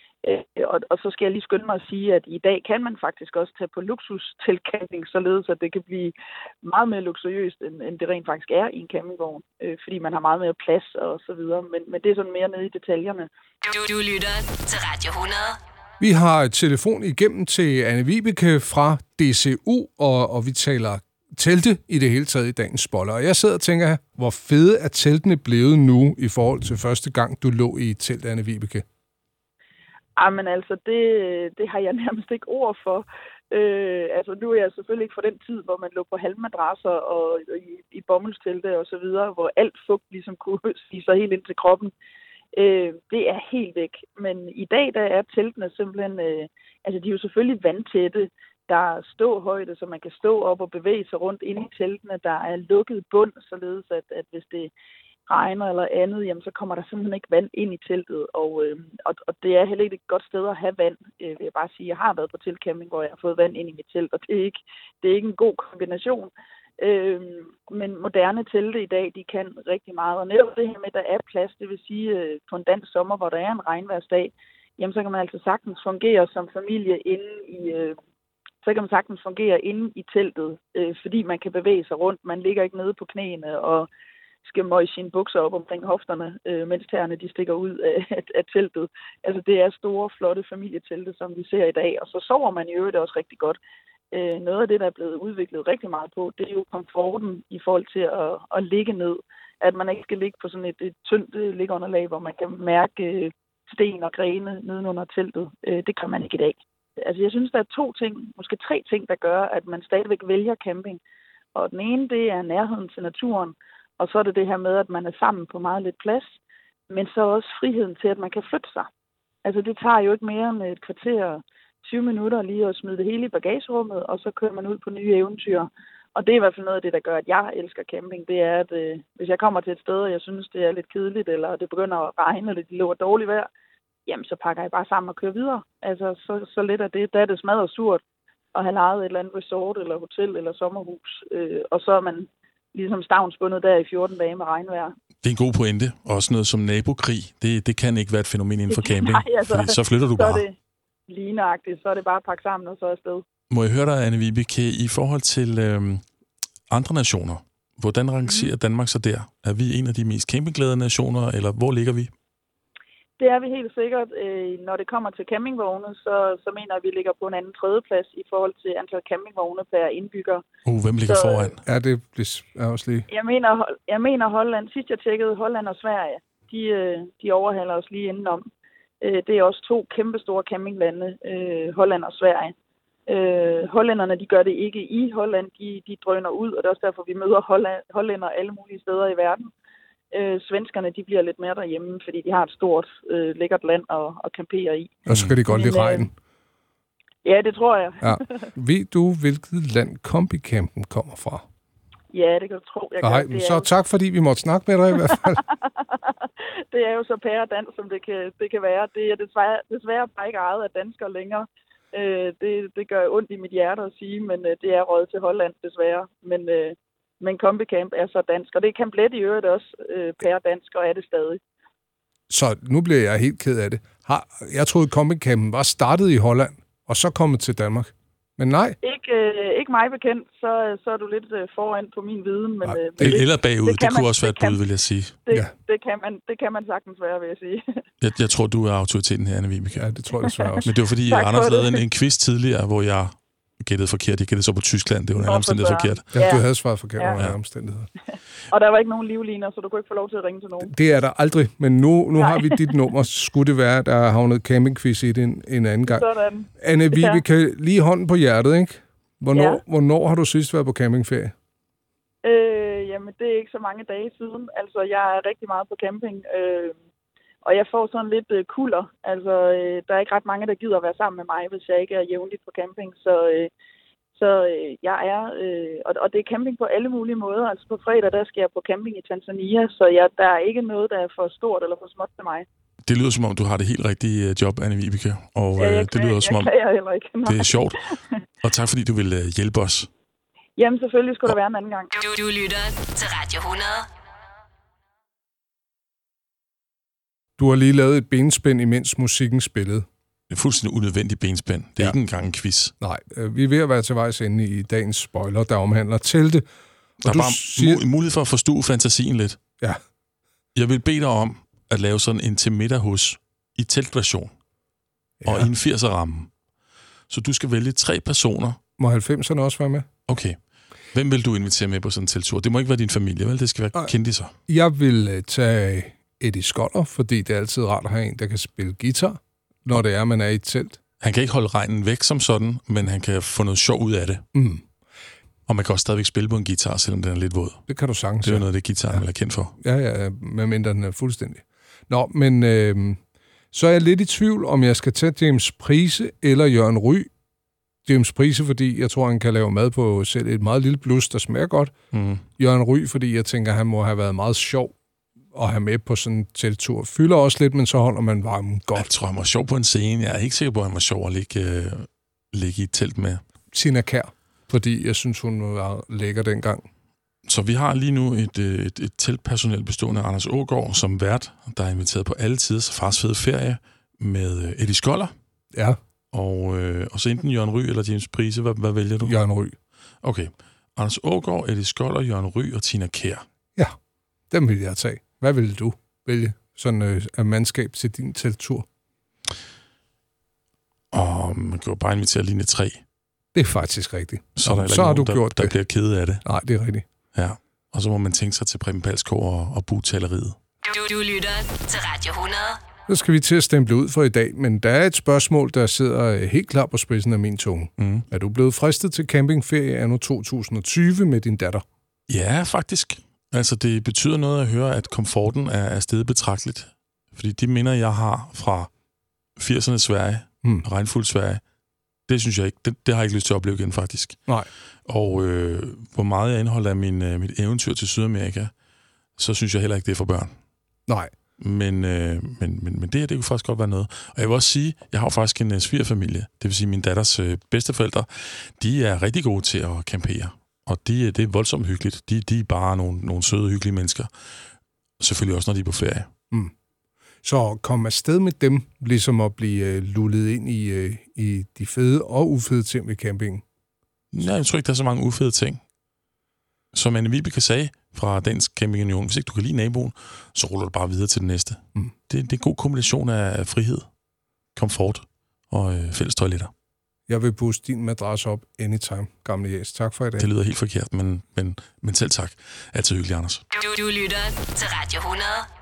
Og, og så skal jeg lige skynde mig at sige, at i dag kan man faktisk også tage på luksus til camping, således at det kan blive meget mere luksuriøst, end, end det rent faktisk er i en campingvogn, fordi man har meget mere plads og så videre. Men, men det er sådan mere nede i detaljerne. Du, du lytter til Radio hundrede. Vi har et telefon igennem til Anne-Vibeke fra D C U, og, og vi taler telte i det hele taget i dagens spoiler. Og jeg sidder og tænker, hvor fede er teltene blevet nu i forhold til første gang, du lå i et telt, Anne-Vibeke? Jamen altså, det, det har jeg nærmest ikke ord for. Øh, altså, nu er jeg selvfølgelig ikke fra den tid, hvor man lå på halmmadrasser og, og i, i bomuldstelte og så videre, hvor alt fugt ligesom kunne sige sig helt ind til kroppen. Øh, det er helt væk. Men i dag, der er teltene simpelthen, øh, altså de er jo selvfølgelig vandtætte. Der er ståhøjde, så man kan stå op og bevæge sig rundt inde i teltene. Der er lukket bund, således at, at hvis det regner eller andet, jamen, så kommer der simpelthen ikke vand ind i teltet. Og, øh, og, og det er heller ikke et godt sted at have vand, øh, vil jeg bare sige. Jeg har været på teltcamping, hvor jeg har fået vand ind i mit telt, og det er ikke, det er ikke en god kombination. Øh, men moderne telte i dag, de kan rigtig meget. Og netop det her med, at der er plads, det vil sige øh, på en dansk sommer, hvor der er en regnværsdag, jamen så kan man altså sagtens fungere som familie inde i... Øh, så kan man sagtens fungere inde i teltet, øh, fordi man kan bevæge sig rundt. Man ligger ikke nede på knæene og skal møje sine bukser op omkring hofterne, øh, mens tæerne de stikker ud af, af, af teltet. Altså det er store, flotte familietelte, som vi ser i dag, og så sover man i øvrigt også rigtig godt. Øh, noget af det, der er blevet udviklet rigtig meget på, det er jo komforten i forhold til at, at ligge ned. At man ikke skal ligge på sådan et, et tyndt liggeunderlag, hvor man kan mærke øh, sten og grene nedenunder teltet. Øh, det kan man ikke i dag. Altså jeg synes, der er to ting, måske tre ting, der gør, at man stadigvæk vælger camping. Og den ene, det er nærheden til naturen, og så er det det her med, at man er sammen på meget lidt plads, men så også friheden til, at man kan flytte sig. Altså det tager jo ikke mere end et kvarter, tyve minutter lige at smide det hele i bagagerummet, og så kører man ud på nye eventyr. Og det er i hvert fald noget af det, der gør, at jeg elsker camping. Det er, at øh, hvis jeg kommer til et sted, og jeg synes, det er lidt kedeligt, eller det begynder at regne, eller det løber dårligt vejr, jamen så pakker jeg bare sammen og kører videre. Altså så, så lidt af det, der er det smadret surt at have lejet et eller andet resort, eller hotel, eller sommerhus, øh, og så er man ligesom stavnsbundet der i fjorten dage med regnvejr. Det er en god pointe. Også noget som nabokrig, det, det kan ikke være et fænomen inden for camping, Nej, altså, fordi så flytter du så bare. Så er det ligneragtigt, så er det bare at pakke sammen og så afsted. Må jeg høre dig, Anne-Vibeke, i forhold til øh, andre nationer, hvordan rangerer mm. Danmark så der? Er vi en af de mest campingglade nationer, eller hvor ligger vi? Det er vi helt sikkert. Øh, når det kommer til campingvogne, så, så mener jeg, at vi ligger på en anden tredjeplads i forhold til antal campingvogne per indbygger. Uh, hvem ligger så, foran? Ja, det er også lige. Jeg mener, jeg mener Holland, sidst jeg tjekkede Holland og Sverige, de, de overhaler os lige indenom. Øh, det er også to kæmpestore campinglande, øh, Holland og Sverige. Øh, hollænderne, de gør det ikke i Holland, de, de drøner ud, og det er også derfor, vi møder Holland, hollænder alle mulige steder i verden. Øh, svenskerne, de bliver lidt mere derhjemme, fordi de har et stort, øh, lækkert land at, at campere i. Og så kan de godt lide regn. Ja, det tror jeg. Ja. Ved du, hvilket land kombicampen kommer fra? Ja, det kan du tro. Jeg Nej, kan. så jo... tak, fordi vi måtte snakke med dig i hvert fald. Det er jo så pæredans, som det kan, det kan være. Det er desværre, desværre bare ikke ejet af danskere længere. Øh, det, det gør ondt i mit hjerte at sige, men øh, det er røget til Holland, desværre. Men, øh, men kombicamp er så dansk, og det er Camp Let i øvrigt også øh, pæredansk, og er det stadig. Så nu bliver jeg helt ked af det. Har, jeg troede, kombicampen var startet i Holland, og så kommet til Danmark. Men nej. Ikke, øh, ikke mig bekendt, så, så er du lidt øh, foran på min viden. Men, øh, det, eller bagud, det, det, det kunne man, også være et bud, vil jeg sige. Det, ja. det, kan man, det kan man sagtens være, vil jeg sige. jeg, jeg tror, du er autoriteten her, Anna-Vibeke. Ja, det tror jeg desværre også. Men det var fordi, Anders lavede en, en quiz tidligere, hvor jeg gættede forkert. Jeg gættede så på Tyskland. Det var en omstændighed forkert. Ja, du havde svaret forkert ja. under omstændigheder. Og der var ikke nogen livliner, så du kunne ikke få lov til at ringe til nogen. Det er der aldrig, men nu, nu har vi dit nummer. Skulle det være, der er havnet campingquiz i det en, en anden gang. Sådan. Anna-Vibeke, ja. Lige hånden på hjertet, ikke? Hvornår, ja. hvornår har du sidst været på campingferie? Øh, jamen, det er ikke så mange dage siden. Altså, jeg er rigtig meget på camping, øh, og jeg får sådan lidt øh, kulder. Altså, øh, der er ikke ret mange, der gider at være sammen med mig, hvis jeg ikke er jævnligt på camping. Så, øh, så øh, jeg er, øh, og, og det er camping på alle mulige måder. Altså, på fredag, der skal jeg på camping i Tanzania, så jeg, der er ikke noget, der er for stort eller for småt til mig. Det lyder som om, du har det helt rigtige job, Anna-Vibeke, og ja, øh, det lyder jeg, som om, ikke. det er sjovt. Og tak, fordi du vil øh, hjælpe os. Jamen, selvfølgelig skulle og... der være en anden gang. Du, du lytter til Radio hundrede. Du har lige lavet et benspænd, imens musikken spillede. Det er fuldstændig unødvendigt benspænd. Det er ja. ikke engang en quiz. Nej, øh, vi er ved at være til vejs ende i dagens spoiler, der omhandler telte. Der er bare siger... mu- mulighed for at forstue fantasien lidt. Ja. Jeg vil bede dig om at lave sådan en til middag hos i teltversion. Ja. Og i en firser-ramme. Så du skal vælge tre personer. Må halvfemserne også være med? Okay. Hvem vil du invitere med på sådan en telttur? Det må ikke være din familie, vel? Det skal være kendiser. Jeg vil tage Eddie Skoller, fordi det er altid rart at have en, der kan spille guitar, når det er, man er i et telt. Han kan ikke holde regnen væk som sådan, men han kan få noget sjov ud af det. Mm. Og man kan også stadigvæk spille på en guitar, selvom den er lidt våd. Det kan du sagtens. Det er jo noget, det guitaren ja. er kendt for. Ja, ja, medmindre den er fuldstændig. Nå, men øh, så er jeg lidt i tvivl, om jeg skal tage James Price eller Jørgen Ryg. James Price, fordi jeg tror, han kan lave mad på selv et meget lille blus, der smager godt. Mm. Jørgen Ryg, fordi jeg tænker, han må have været meget sjov at have med på sådan en telttur. Fylder også lidt, men så holder man varmen godt. Jeg tror, han var sjov på en scene. Jeg er ikke sikker på, at han var sjov at ligge, øh, ligge i et telt med. Tina Kjær, fordi jeg synes, hun var lækker dengang. Så vi har lige nu et, et, et teltpersonel bestående af Anders Aagaard som vært, der er inviteret på alle tider så fars fede ferie med Eddie Skoller. Ja. Og, øh, og så enten Jørgen Ryg eller James Price. Hvad, hvad vælger du? Jørgen Ryg. Okay. Anders Aagaard, Eddie Skoller, Jørgen Ryg og Tina Kjær. Ja, dem vil jeg tage. Hvad vil du vælge sådan øh, af mandskab til din telttur? Og man kan jo bare invitere linje tre. Det er faktisk rigtigt. Så, der er så har nogen, du gjort der, det. Der bliver ked af det. Nej, det er rigtigt. Ja, og så må man tænke sig til Preben Palsgaard og, og bugtaleriet. Du, du lytter til Radio hundrede. Så skal vi til at stemple ud for i dag, men der er et spørgsmål, der sidder helt klar på spidsen af min tunge. Mm. Er du blevet fristet til campingferie anno to tusind og tyve med din datter? Ja, faktisk. Altså, det betyder noget at høre, at komforten er, er steget betragteligt. Fordi de minder, jeg har fra firserne Sverige, mm. regnfuld Sverige, det synes jeg ikke, det, det har jeg ikke lyst til at opleve igen, faktisk. Nej. Og øh, hvor meget jeg indeholder af min, øh, mit eventyr til Sydamerika, så synes jeg heller ikke, det er for børn. Nej. Men, øh, men, men, men det her, det kunne faktisk godt være noget. Og jeg vil også sige, jeg har jo faktisk en uh, svigerfamilie, det vil sige min datters øh, bedsteforældre, de er rigtig gode til at campere. Og de, det er voldsomt hyggeligt. De, de er bare nogle, nogle søde, hyggelige mennesker. Selvfølgelig også, når de er på ferie. Mm. Så kom afsted med dem, ligesom at blive øh, lullet ind i, øh, i de fede og ufede ting ved campingen. Ja, jeg tror ikke, der er så mange ufede ting. som Anne Vibeke sagde fra Dansk Camping Union, hvis ikke du kan lide naboen, så ruller du bare videre til den næste. Mm. Det, det er en god kombination af frihed, komfort og øh, fælles toiletter. Jeg vil puste din madras op anytime, gamle jæs. Tak for i dag. Det lyder helt forkert, men, men, men selv tak. Altid hyggeligt, Anders. Du, du lytter til Radio hundrede